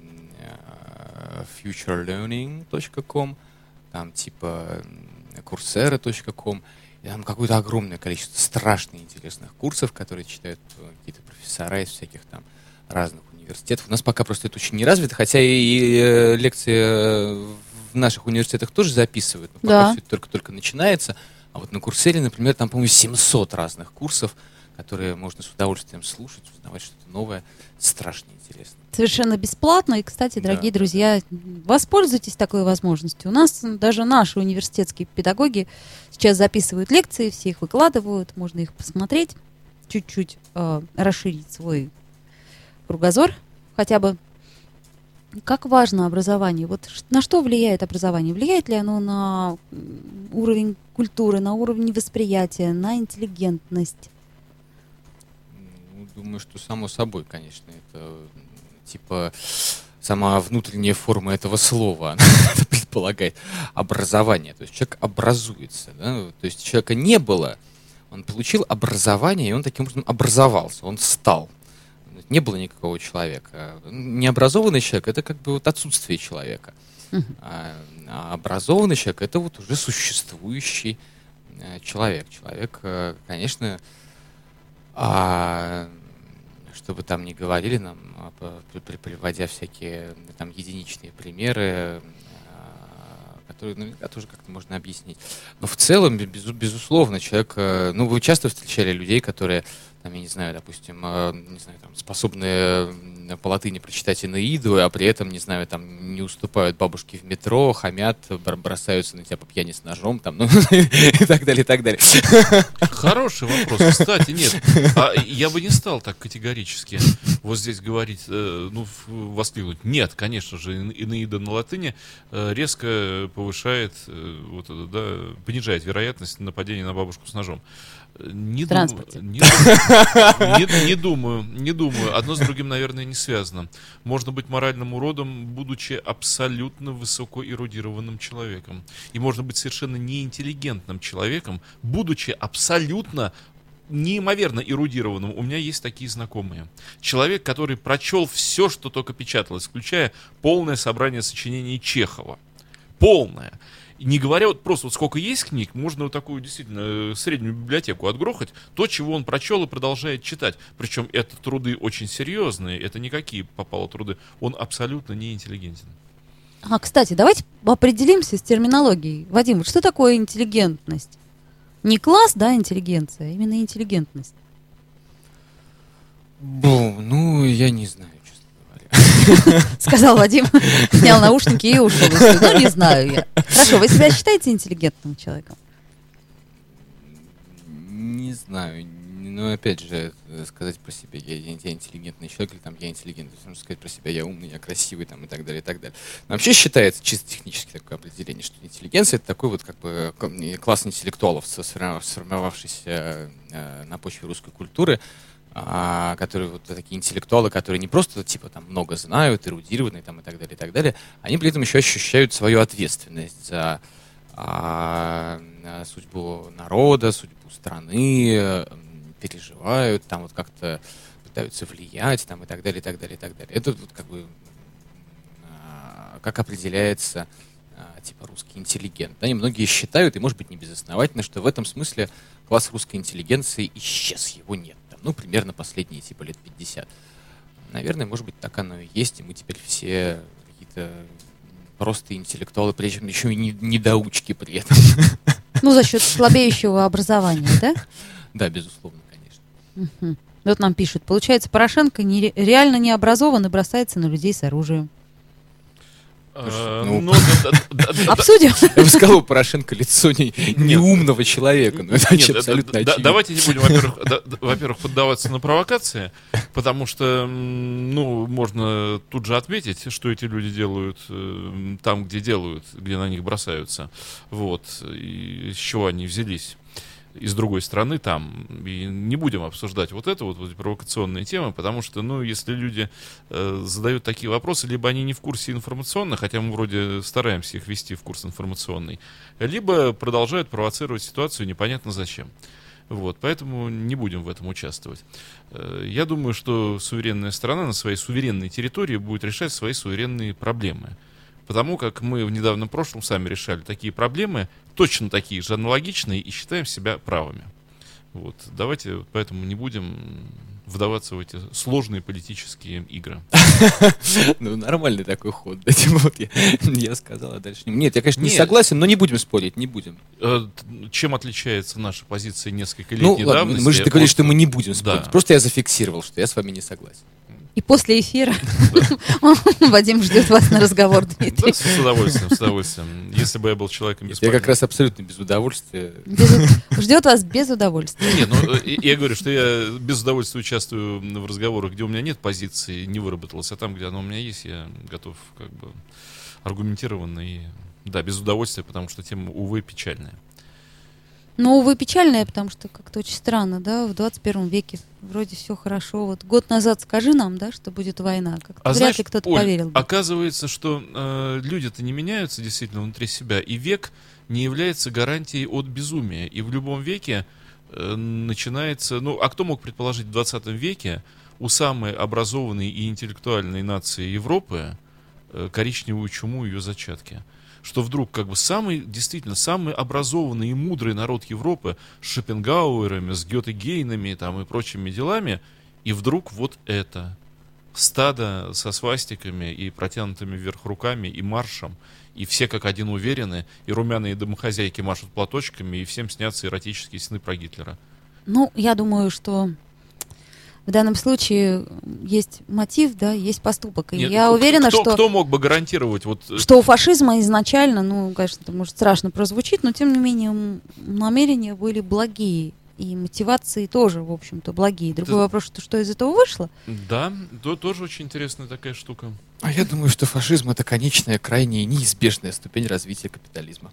фьючер лернинг точка ком, там типа курсера точка ком. И там какое-то огромное количество страшно интересных курсов, которые читают э, какие-то профессора из всяких там разных университетов. У нас пока просто это очень не развито, хотя и э, лекции э, в наших университетах тоже записывают, но пока Да. все это только-только начинается. А вот на Курсере, например, там, по-моему, семьсот разных курсов, которые можно с удовольствием слушать, узнавать что-то новое, страшно интересно. Совершенно бесплатно. И, кстати, дорогие Да. друзья, воспользуйтесь такой возможностью. У нас даже наши университетские педагоги сейчас записывают лекции, все их выкладывают, можно их посмотреть, чуть-чуть э, расширить свой кругозор хотя бы. Как важно образование? Вот ш- на что влияет образование? Влияет ли оно на м, уровень культуры, на уровень восприятия, на интеллигентность? Ну, думаю, что само собой, конечно, это м, типа сама внутренняя форма этого слова, она предполагает образование. То есть человек образуется. Да? То есть человека не было, он получил образование, и он таким образом образовался, он стал. Не было никакого человека. Необразованный человек — это как бы вот отсутствие человека. Uh-huh. А, а образованный человек — это вот уже существующий э, человек. Человек, э, конечно, а, чтобы там не говорили нам, при, при, приводя всякие там единичные примеры, которые наверняка тоже как-то можно объяснить. Но в целом, без, безусловно, человек... Ну, вы часто встречали людей, которые, там, я не знаю, допустим, не знаю, там, способны по латыни прочитать Энеиду, а при этом, не знаю, там, не уступают бабушке в метро, хамят, бросаются на тебя по пьяни с ножом, там, ну, и так далее, и так далее. Хороший вопрос. Кстати, нет. А я бы не стал так категорически вот здесь говорить, ну, воскликнуть. Нет, конечно же, Энеида на латыни резко повышает, вот, да, понижает вероятность нападения на бабушку с ножом. Не, дум... не, не, не думаю, не думаю. Одно с другим, наверное, не связано. Можно быть моральным уродом, будучи абсолютно высокоэрудированным человеком. И можно быть совершенно неинтеллигентным человеком, будучи абсолютно неимоверно эрудированным. У меня есть такие знакомые. Человек, который прочел все, что только печаталось, включая полное собрание сочинений Чехова. Полное. Не говоря вот просто вот сколько есть книг, можно вот такую действительно среднюю библиотеку отгрохать, то, чего он прочел и продолжает читать. Причем это труды очень серьезные, это не какие попало труды. Он абсолютно не интеллигентен. А, кстати, давайте определимся с терминологией. Вадим, что такое интеллигентность? Не класс, да, интеллигенция, а именно интеллигентность. Бу, ну, я не знаю. Сказал Вадим, снял наушники и ушел. Ну, не знаю я. Хорошо, вы себя считаете интеллигентным человеком? Не знаю. Но опять же, сказать про себя, я, я интеллигентный человек, или там я интеллигентный, нужно сказать про себя, я умный, я красивый, там, и так далее, и так далее. Но вообще считается чисто технически такое определение, что интеллигенция — это такой вот как бы класс интеллектуалов, сформировавшийся на почве русской культуры, А, которые вот такие интеллектуалы, которые не просто типа там много знают, эрудированные там и так далее, и так далее, они при этом еще ощущают свою ответственность за а, судьбу народа, судьбу страны, переживают, там вот как-то пытаются влиять, там и так далее, и так далее, и так далее. Это вот как бы а, как определяется а, типа русский интеллигент. Да, и многие считают, и может быть не безосновательно, что в этом смысле класс русской интеллигенции исчез, его нет. Ну, примерно последние, типа, лет пятьдесят. Наверное, может быть, так оно и есть, и мы теперь все какие-то просто интеллектуалы, причем еще и недоучки при этом. Ну, за счет слабеющего образования, да? Да, безусловно, конечно. Угу. Вот нам пишут, получается, Порошенко не, реально не образован и бросается на людей с оружием. Ну, Ну, да, да, да, Обсудим. Я бы сказал, у Порошенко лицо не, неумного человека, но это нет, абсолютно да, очевидно. Давайте не будем, во-первых, да, во-первых, поддаваться на провокации, потому что, ну, можно тут же отметить, что эти люди делают э, там, где делают, где на них бросаются, вот, и с чего они взялись. И с другой стороны там. И не будем обсуждать вот это, вот, вот провокационные темы, потому что, ну, если люди э, задают такие вопросы, либо они не в курсе информационно, хотя мы вроде стараемся их ввести в курс информационный, либо продолжают провоцировать ситуацию непонятно зачем. Вот, поэтому не будем в этом участвовать. Э, я думаю, что суверенная страна на своей суверенной территории будет решать свои суверенные проблемы. Потому как мы в недавнем прошлом сами решали такие проблемы, точно такие же аналогичные, и считаем себя правыми. Вот. Давайте поэтому не будем вдаваться в эти сложные политические игры. Ну, нормальный такой ход. Вот я сказал, а дальше... Нет, я, конечно, не согласен, но не будем спорить, не будем. Чем отличается наша позиция несколько летней давности? Ну, ладно, мы же договорились, что мы не будем спорить. Просто я зафиксировал, что я с вами не согласен. И после эфира Вадим ждет вас на разговор, Дмитрий. Да, с удовольствием, с удовольствием. Если бы я был человеком без Я как раз абсолютно без удовольствия. Ждет вас без удовольствия. Не, ну, я говорю, что я без удовольствия участвую в разговорах, где у меня нет позиции, не выработалось, а там, где оно у меня есть, я готов как бы аргументированно и, да, без удовольствия, потому что тема, увы, печальная. Ну, увы, печальная, потому что как-то очень странно, да, в двадцать первом веке вроде все хорошо. Вот год назад скажи нам, да, что будет война. Как-то А вряд знаешь, ли кто-то Оль, поверил бы. оказывается, что э, люди-то не меняются действительно внутри себя, и век не является гарантией от безумия. И в любом веке э, начинается... Ну, а кто мог предположить в двадцатом веке у самой образованной и интеллектуальной нации Европы э, коричневую чуму и ее зачатки? Что вдруг как бы самый, действительно, самый образованный и мудрый народ Европы с Шопенгауэрами, с Гёте-Гейнами там, и прочими делами, и вдруг вот это. Стадо со свастиками и протянутыми вверх руками и маршем, и все как один уверены, и румяные домохозяйки машут платочками, и всем снятся эротические сны про Гитлера. Ну, я думаю, что в данном случае есть мотив, да, есть поступок. И Нет, я кто, уверена, кто, что... Кто мог бы гарантировать вот... Что у фашизма изначально, ну, конечно, это может страшно прозвучит, но тем не менее м- намерения были благие. И мотивации тоже, в общем-то, благие. Другой Ты... вопрос, что, что из этого вышло. Да, то, тоже очень интересная такая штука. А я думаю, что фашизм — это конечная, крайняя и неизбежная ступень развития капитализма.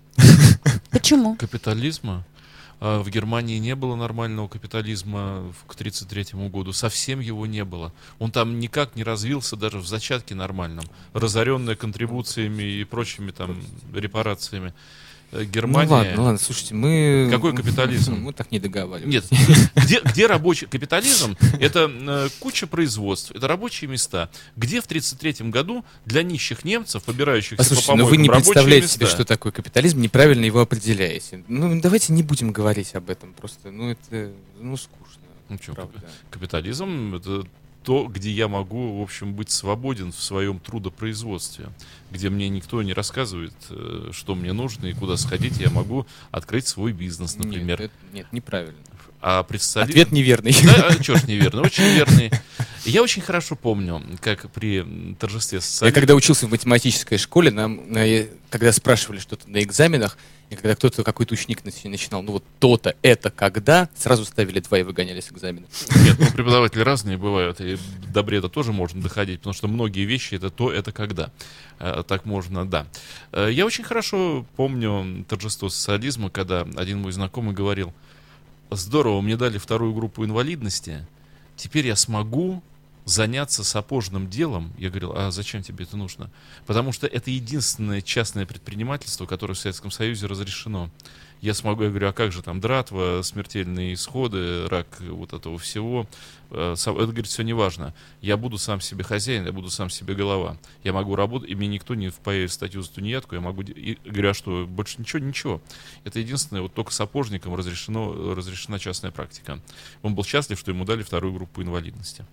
Почему? Капитализма? В Германии не было нормального капитализма к тридцать третьему году. Совсем его не было. Он там никак не развился даже в зачатке нормальном. Разоренная контрибуциями и прочими там репарациями. Германия... Ну ладно, ладно, слушайте, мы... Какой капитализм? Мы так не договариваемся. Нет, где, где рабочий капитализм? Это э, куча производств, это рабочие места. Где в тридцать третьем году для нищих немцев, побирающихся Послушайте, по помойкам, но вы не рабочие представляете места? себе, что такое капитализм, неправильно его определяете. Ну, давайте не будем говорить об этом, просто, ну, это, ну, скучно. Ну, что, правда. капитализм — это то, где я могу, в общем, быть свободен в своем трудопроизводстве, где мне никто не рассказывает, что мне нужно и куда сходить, я могу открыть свой бизнес, например. Нет, это, нет, неправильно. А представитель... Ответ неверный. Да, а чё ж неверный, очень верный. Я очень хорошо помню, как при торжестве социализма... Я когда учился в математической школе, нам, когда спрашивали что-то на экзаменах, и когда кто-то, какой-то ученик начинал, ну вот то-то, это, когда, сразу ставили два и выгоняли с экзамена. Нет, ну преподаватели разные бывают, и до бреда тоже можно доходить, потому что многие вещи это то, это когда. Так можно, да. Я очень хорошо помню торжество социализма, когда один мой знакомый говорил: здорово, мне дали вторую группу инвалидности, теперь я смогу заняться сапожным делом. Я говорил: а зачем тебе это нужно? Потому что это единственное частное предпринимательство, которое в Советском Союзе разрешено. Я смогу, я говорю, а как же там дратва, смертельные исходы, рак вот этого всего. Это, говорит, все не важно. Я буду сам себе хозяин, я буду сам себе голова. Я могу работать, и мне никто не впаяет статью за тунеядку, я могу... И говорю, а что, больше ничего? Ничего. Это единственное, вот только сапожникам разрешено, разрешена частная практика. Он был счастлив, что ему дали вторую группу инвалидности.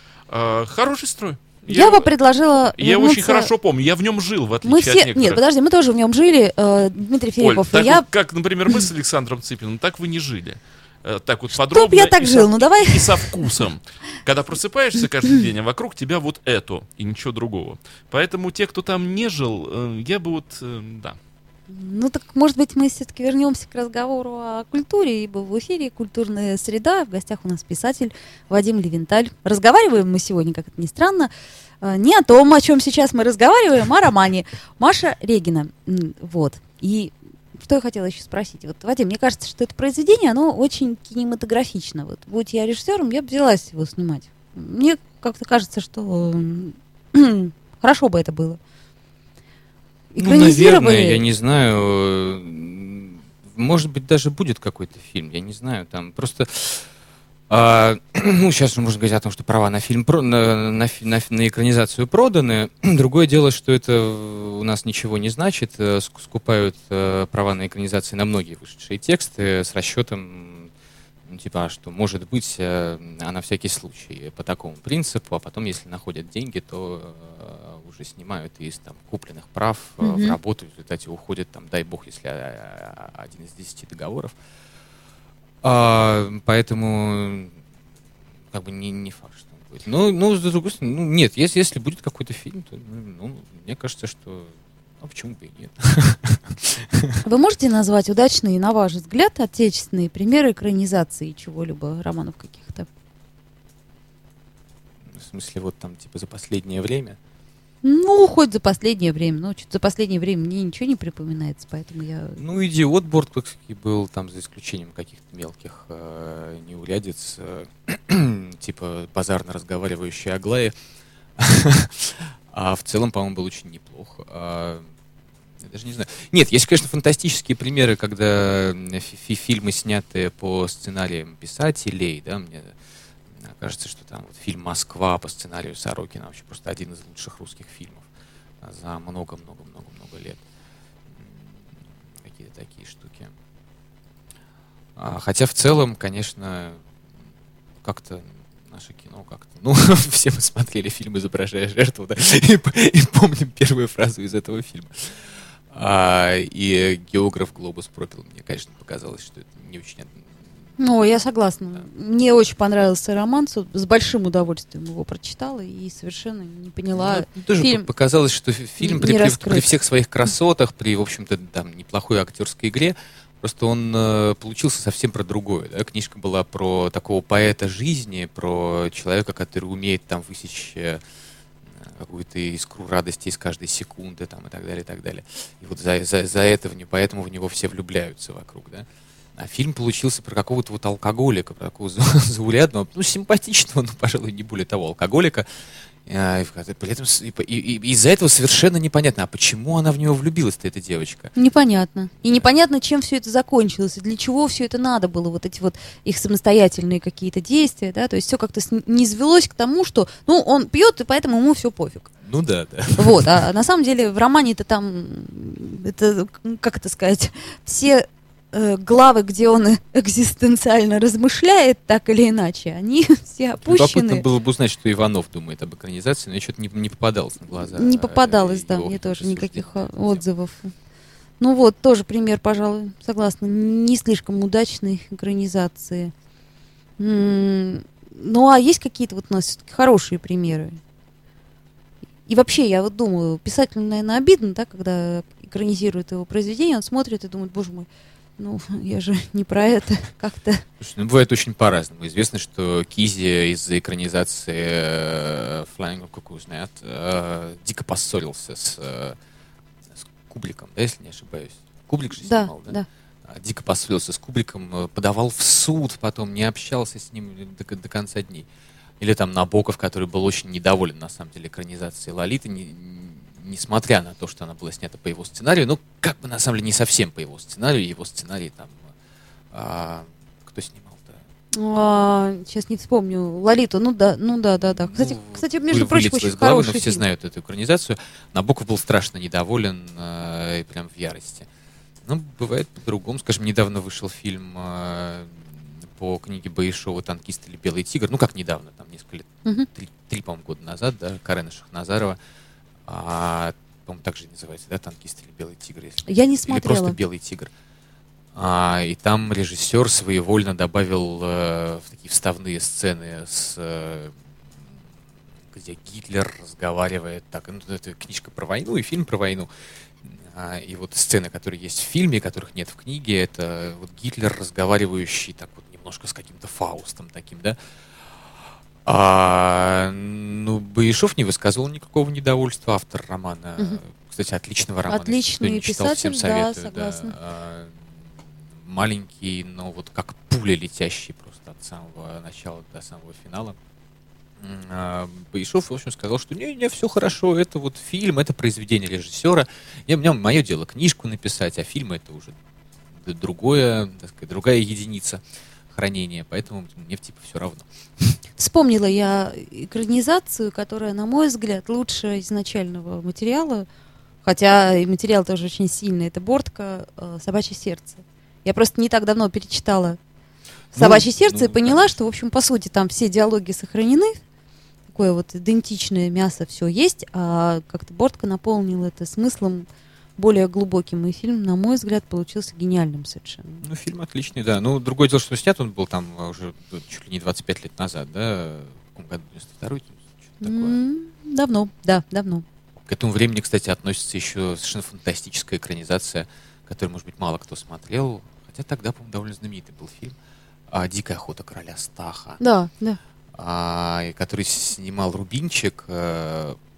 А, хороший строй. Я, я бы предложила... Я вернуться... очень хорошо помню, я в нем жил, в отличие мы все... от некоторых. Нет, подожди, мы тоже в нем жили, э, Дмитрий Филиппов. Оль, так я... вот, как, например, мы с Александром Цыпиным, так вы не жили. Э, так вот Чтоб подробно я так и, жил, со, ну давай. и со вкусом. Когда просыпаешься каждый день, а вокруг тебя вот это и ничего другого. Поэтому те, кто там не жил, э, я бы вот, э, да. Ну так, может быть, мы все-таки вернемся к разговору о культуре, ибо в эфире «Культурная среда». В гостях у нас писатель Вадим Левенталь. Разговариваем мы сегодня, как это ни странно, не о том, о чем сейчас мы разговариваем, а о романе Маша Регина. Вот. И что я хотела еще спросить. Вот, Вадим, мне кажется, что это произведение, оно очень кинематографично. Вот, будь я режиссером, я бы взялась его снимать. Мне как-то кажется, что хорошо бы это было. Ну, наверное, я не знаю. Может быть, даже будет какой-то фильм, я не знаю. Там просто... А, ну, сейчас можно говорить о том, что права на фильм, про, на, на, на, на экранизацию проданы. Другое дело, что это у нас ничего не значит. Скупают права на экранизации на многие вышедшие тексты с расчетом, ну, типа, что может быть, а на всякий случай, по такому принципу, а потом, если находят деньги, то уже снимают из там купленных прав mm-hmm. в работу, в результате уходит, там, дай бог, если один из десяти договоров. А, поэтому как бы не, не факт, что он будет. Но, но с другой стороны, ну, нет, если, если будет какой-то фильм, то ну, мне кажется, что а почему бы и нет. Вы можете назвать удачные, на ваш взгляд, отечественные примеры экранизации чего-либо, романов каких-то? В смысле, вот там, типа, за последнее время? Ну, хоть за последнее время. Ну, что-то за последнее время мне ничего не припоминается, поэтому я... Ну, «Идиот» Бортковский был, там, за исключением каких-то мелких э, неурядиц, э, типа базарно разговаривающая Аглая. А в целом, по-моему, был очень неплох. А, я даже не знаю. Нет, есть, конечно, фантастические примеры, когда фи- фильмы, снятые по сценариям писателей, да, мне кажется, что там вот фильм «Москва» по сценарию Сорокина вообще просто один из лучших русских фильмов за много-много-много-много лет. Какие-то такие штуки. А, хотя в целом, конечно, как-то наше кино как-то... Ну, все мы смотрели фильм «Изображая жертву», да, и, и помним первую фразу из этого фильма. А, и «Географ глобус пропил». Мне, конечно, показалось, что это не очень... Ну, я согласна. Да. Мне очень понравился роман, с с большим удовольствием его прочитала и совершенно не поняла. Ну, тоже фильм показалось, что фи- фильм не при, при, раскрыт. при всех своих красотах, при, в общем-то, там, неплохой актерской игре, просто он э, получился совсем про другое. Да? Книжка была про такого поэта жизни, про человека, который умеет там высечь э, какую-то искру радости из каждой секунды, там, и так далее, и так далее. И вот за, за, за это, в не- поэтому в него все влюбляются вокруг, да. А фильм получился про какого-то вот алкоголика, про такого за- заурядного, ну, симпатичного, но, пожалуй, не более того, алкоголика. А, и в- при этом с- и, по- и- и из-за этого совершенно непонятно, а почему она в него влюбилась-то, эта девочка? непонятно. И непонятно, чем все это закончилось, и для чего все это надо было, вот эти вот их самостоятельные какие-то действия, да, то есть все как-то сн- не свелось к тому, что, ну, он пьет, и поэтому ему все пофиг. Ну да, да. Вот, а на самом деле в романе-то там, это, как это сказать, все э, главы, где он экзистенциально размышляет, так или иначе, они все Любопытно опущены. было бы узнать, что Иванов думает об экранизации, но я что-то не, не попадалось на глаза. Не попадалось, э, да, его мне тоже рассуждений никаких на а, эту тему. отзывов. Ну вот, тоже пример, пожалуй, согласна, не слишком удачной экранизации. М, Ну а есть какие-то вот у нас всё-таки хорошие примеры? И вообще, я вот думаю, писателю, наверное, обидно, да, когда экранизирует его произведение, он смотрит и думает, боже мой, ну, я же не про это как-то. Слушай, ну, бывает очень по-разному. Известно, что Кизи из-за экранизации э, Flying Cuckoo's Nest э, дико поссорился с, э, с Кубликом, да, если не ошибаюсь. Кублик же Да, снимал, да? да. А, Дико поссорился с Кубликом, э, подавал в суд, потом не общался с ним до, до конца дней. Или там Набоков, который был очень недоволен, на самом деле, экранизацией Лолиты, не, несмотря на то, что она была снята по его сценарию, ну, как бы, на самом деле, не совсем по его сценарию, его сценарий там, а, кто снимал-то? А, сейчас не вспомню. Лолиту, ну да, ну да, да, да. Кстати, Ну, кстати, между вы- прочим, вылетело очень из головы, хороший но все фильм. знают эту экранизацию. Набоков был страшно недоволен э, и прям в ярости. Ну, бывает по-другому. Скажем, недавно вышел фильм э, по книге Баишова «Танкист или белый тигр». Ну, как недавно, там несколько лет, Мгм. три, три, по-моему, года назад, да, Карена Шахназарова. А, по-моему, так же и называется, да, «Танкист или белый тигр». Если Я не Или смотрела. просто «Белый тигр». А, и там режиссер своевольно добавил э, в такие вставные сцены, с, э, где Гитлер разговаривает так. Ну, это книжка про войну и фильм про войну. А, и вот сцены, которые есть в фильме, которых нет в книге, это вот Гитлер, разговаривающий так вот немножко с каким-то Фаустом таким, да. А, ну, Баишов не высказывал никакого недовольства, автор романа. Мгм. Кстати, отличного романа. если Отличный кто не читал, всем писатель, да, советую. согласна. А, маленький, но вот как пуля летящий просто от самого начала до самого финала. М, а, Баишов, в общем, сказал, что не-не, все хорошо, это вот фильм, это произведение режиссера. И у меня мое дело книжку написать, а фильм это уже д- другое, так сказать, другая единица хранения, поэтому мне типа все равно. Вспомнила я экранизацию, которая, на мой взгляд, лучше изначального материала, хотя и материал тоже очень сильный. Это Бортко э, «Собачье сердце». Я просто не так давно перечитала «Собачье Ну, сердце» ну, и поняла, конечно. что, в общем, по сути, там все диалоги сохранены, такое вот идентичное мясо все есть, а как-то Бортко наполнил это смыслом более глубоким, и фильм, на мой взгляд, получился гениальным совершенно. Ну, фильм отличный, да. Ну, другое дело, что снят он был там а, уже ну, чуть ли не двадцать пять лет назад, да? В каком году? девяносто второй? Что-то такое. М, Давно, да, давно. К этому времени, кстати, относится еще совершенно фантастическая экранизация, которую, может быть, мало кто смотрел. Хотя тогда, по-моему, довольно знаменитый был фильм. А, «Дикая охота короля Стаха», Да, да. а, и который снимал Рубинчик. э,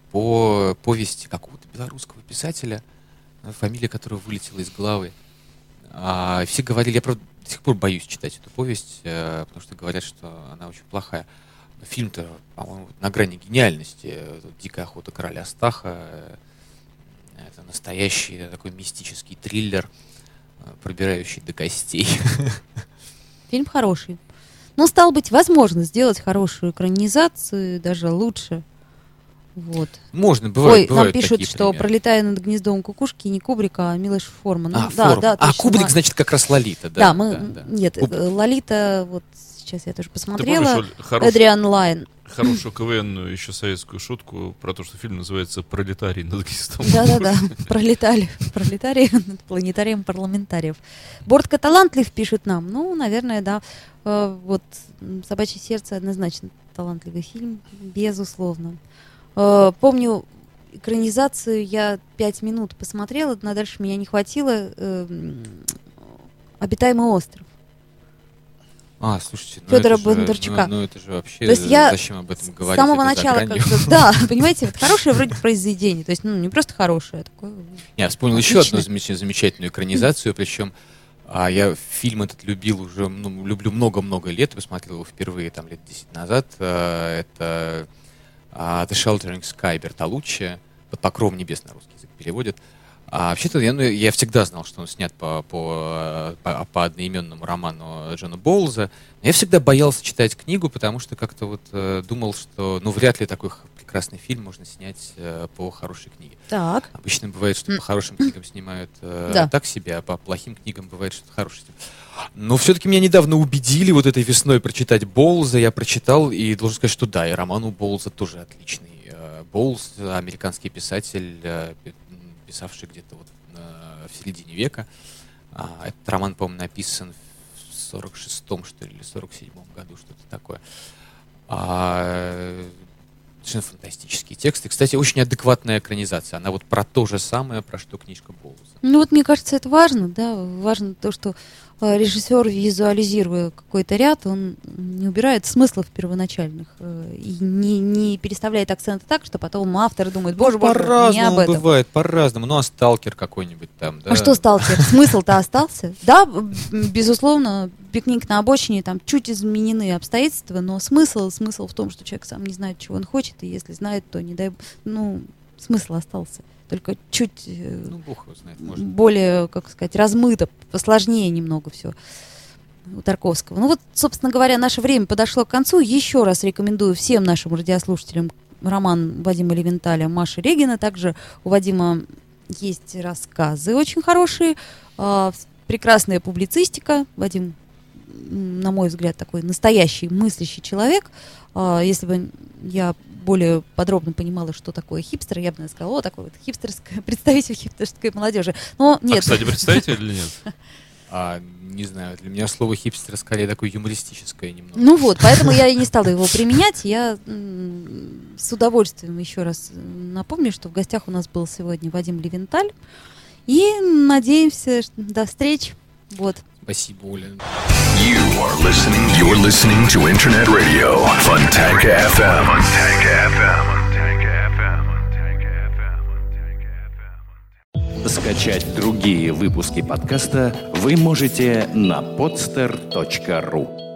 по повести какого-то белорусского писателя, фамилия которого вылетела из головы. А, все говорили, я, правда, до сих пор боюсь читать эту повесть, э, потому что говорят, что она очень плохая. Но фильм-то, по-моему, на грани гениальности. «Дикая охота короля Астаха». Э, это настоящий такой мистический триллер, э, пробирающий до костей. Фильм хороший. Но, стало быть, возможно сделать хорошую экранизацию, даже лучше. Вот. Можно, бывает, Ой, бывают нам пишут, такие что примеры. «Пролетая над гнездом кукушки» не Кубрика, а Милош Форман. Ну, А, да, Форман. да, а, точно. Кубрик, Мы- значит, как раз Лолита, да. Да, мы... да, да. Нет, Куб- э, Лолита, вот сейчас я тоже Ты посмотрела. помнишь, Оль, хорошую, Эдриан Лайн. хорошую КВНную еще советскую шутку про то, что фильм называется «Пролетарий над гнездом». Да-да-да, пролетали, пролетарии над планетарием парламентариев. Борт Каталантлив пишет нам. Ну, наверное, да. Э, Вот м, «Собачье сердце» однозначно талантливый фильм, безусловно. Э, Помню, экранизацию я пять минут посмотрела, на дальше меня не хватило. э, м, «Обитаемый остров». А, слушайте, ну Фёдора это же, Бондарчука. Ну, ну это же вообще, То есть я зачем об этом С говорить? самого это за начала, гранью. как бы, да, понимаете, вот хорошее вроде произведение, то есть, ну, не просто хорошее, а такое. Я вспомнил еще одну Отлично. замеч- замечательную экранизацию, причем а, я фильм этот любил уже, ну, люблю много-много лет, посмотрел его впервые там лет десять назад. А, это а, The Sheltering Sky Бертолуччи, «Под покровом небес» на русский язык переводят. А вообще-то я, ну, я всегда знал, что он снят по, по, по, по одноименному роману Джона Боулза. Я всегда боялся читать книгу, потому что как-то вот э, думал, что ну вряд ли такой х- прекрасный фильм можно снять э, по хорошей книге. Так. Обычно бывает, что М. по хорошим книгам снимают э, Да. так себе, а по плохим книгам бывает что-то хорошее. Но все-таки меня недавно убедили вот этой весной прочитать Боулза. Я прочитал и должен сказать, что да, и роман у Боулза тоже отличный. Э, Боулз, американский писатель, э, пи- м, писавший где-то вот э, в середине века. А, Этот роман, по-моему, написан в сорок шестом, что ли, или сорок седьмом году, что-то такое. А, Совершенно фантастические тексты. Кстати, очень адекватная экранизация. Она вот про то же самое, про что книжка Боулза. Ну вот мне кажется, это важно, да, важно то, что э, режиссер, визуализируя какой-то ряд, он не убирает смыслов первоначальных э, и не, не переставляет акценты так, что потом автор думает, боже, Ну, боже, не по-разному об этом. бывает, по-разному. Ну, а «Сталкер» какой-нибудь там, да? А что «Сталкер»? Смысл-то остался? Да, м, безусловно, «Пикник на обочине», там чуть изменены обстоятельства, но смысл, смысл в том, что человек сам не знает, чего он хочет, и если знает, то не дай, б- ну, смысл остался. Только чуть э, Ну, бог его знает, может. более, как сказать, размыто, посложнее немного все у Тарковского. Ну вот, собственно говоря, наше время подошло к концу. Еще раз рекомендую всем нашим радиослушателям роман Вадима Левенталя «Маша Регина». Также у Вадима есть рассказы очень хорошие, а, прекрасная публицистика. Вадим, м, на мой взгляд, такой настоящий мыслящий человек. А, Если бы я более подробно понимала, что такое хипстер, я бы наверное, сказала, о, такой вот хипстерская, представитель хипстерской молодежи. Но А, нет. кстати, представитель или нет? А, не знаю, для меня слово «хипстер» скорее такое юмористическое немного. Ну вот, поэтому я и не стала его применять. Я м, с удовольствием еще раз напомню, что в гостях у нас был сегодня Вадим Левенталь. И надеемся, что до встречи. Вот. Спасибо, Оля. You are listening. You're listening to Internet Radio Fontanka эф эм. Fontanka эф эм. Скачать другие выпуски подкаста вы можете на podster точка ru.